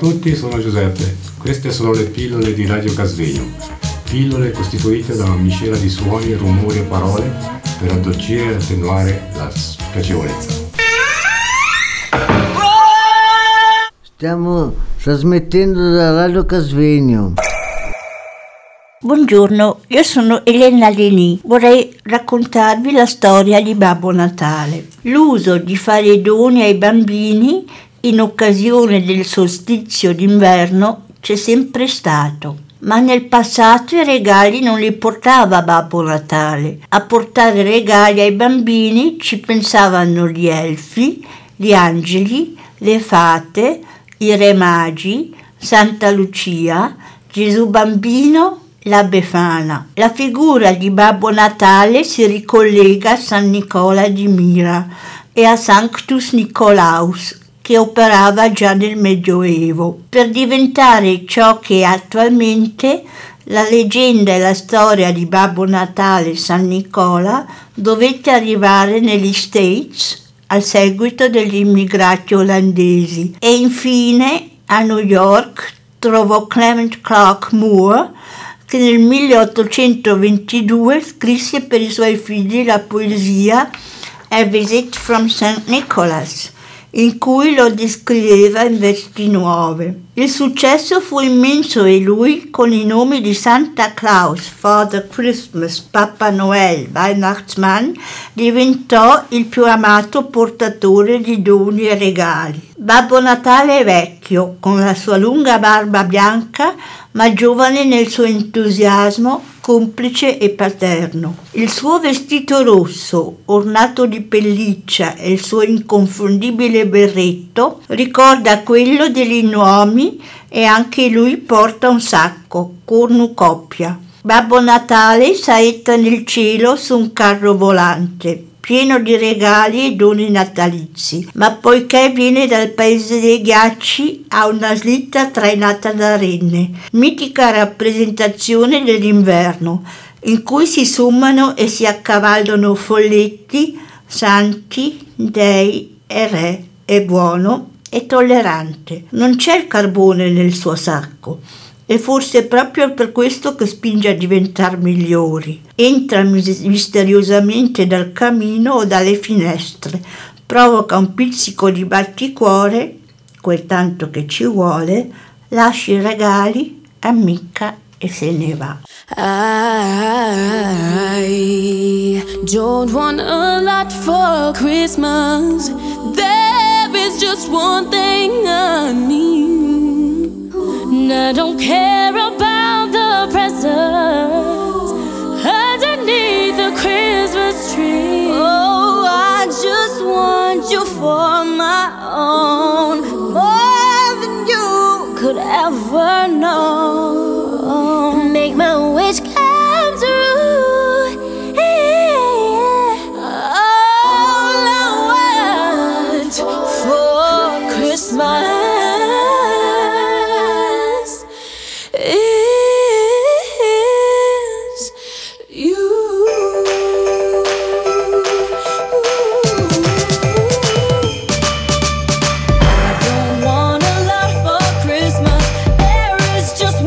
tutti, sono Giuseppe. Queste sono le pillole di Radio Casvegno. Pillole costituite da una miscela di suoni, rumori e parole per addolcire e attenuare la spiacevolezza. Stiamo trasmettendo da Radio Casvegno. Buongiorno, io sono Elena Leni. Vorrei raccontarvi la storia di Babbo Natale. L'uso di fare i doni ai bambini in occasione del solstizio d'inverno c'è sempre stato. Ma nel passato i regali non li portava Babbo Natale. A portare regali ai bambini ci pensavano gli elfi, gli angeli, le fate, i re magi, Santa Lucia, Gesù Bambino, la Befana. La figura di Babbo Natale si ricollega a San Nicola di Mira e a Sanctus Nicolaus, che operava già nel Medioevo. Per diventare ciò che è attualmente, la leggenda e la storia di Babbo Natale e San Nicola dovette arrivare negli States al seguito degli immigrati olandesi e infine a New York trovò Clement Clark Moore, che nel 1822 scrisse per i suoi figli la poesia A Visit from St. Nicholas, in cui lo descriveva in vesti nuove. Il successo fu immenso e lui, con i nomi di Santa Claus, Father Christmas, Papà Noel, Weihnachtsmann, diventò il più amato portatore di doni e regali. Babbo Natale è vecchio, con la sua lunga barba bianca, ma giovane nel suo entusiasmo, complice e paterno. Il suo vestito rosso, ornato di pelliccia, e il suo inconfondibile berretto ricorda quello degli gnomi e anche lui porta un sacco, cornucoppia. Babbo Natale saetta nel cielo su un carro volante, pieno di regali e doni natalizi, ma poiché viene dal paese dei ghiacci ha una slitta trainata da renne, mitica rappresentazione dell'inverno, in cui si sommano e si accavallano folletti, santi, dei e re, è buono e tollerante. Non c'è il carbone nel suo sacco. E forse proprio per questo che spinge a diventare migliori. Entra misteriosamente dal camino o dalle finestre, provoca un pizzico di batticuore, quel tanto che ci vuole, lascia i regali, ammicca e se ne va. I don't want a lot for Christmas. There is just one thing I need. I don't care about the presents underneath the Christmas tree. Oh, I just want you for my own, more than you could ever know. Make my wish come true. All I want for Christmas just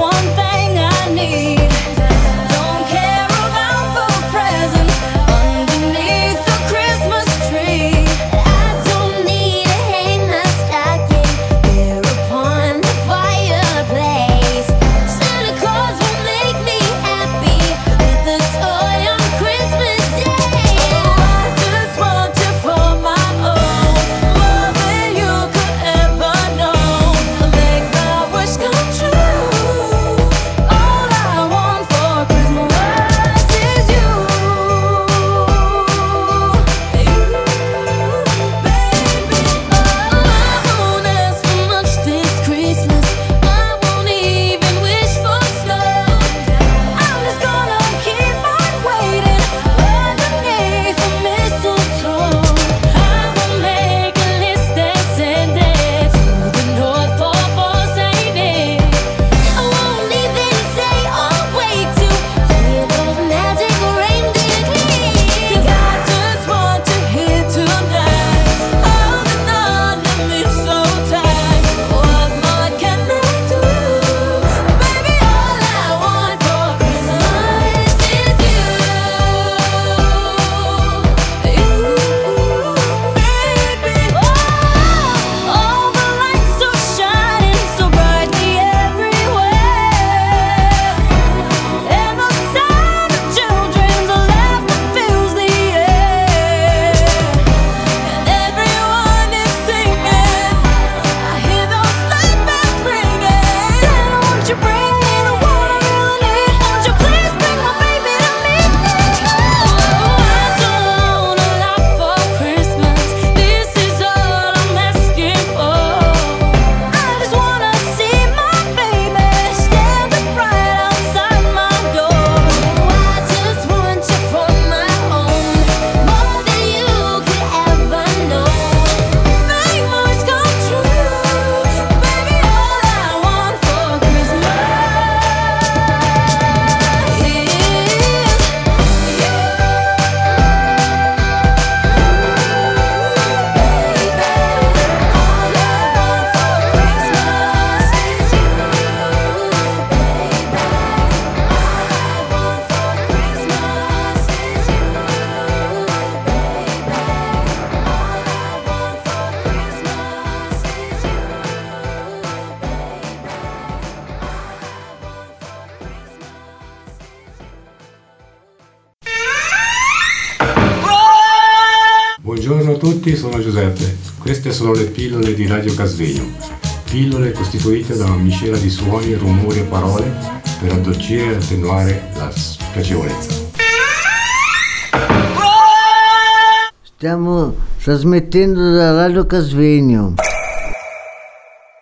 tutti, sono Giuseppe. Queste sono le pillole di Radio Casvegno. Pillole costituite da una miscela di suoni, rumori e parole per addolcire e attenuare la spiacevolezza. Stiamo trasmettendo da Radio Casvegno.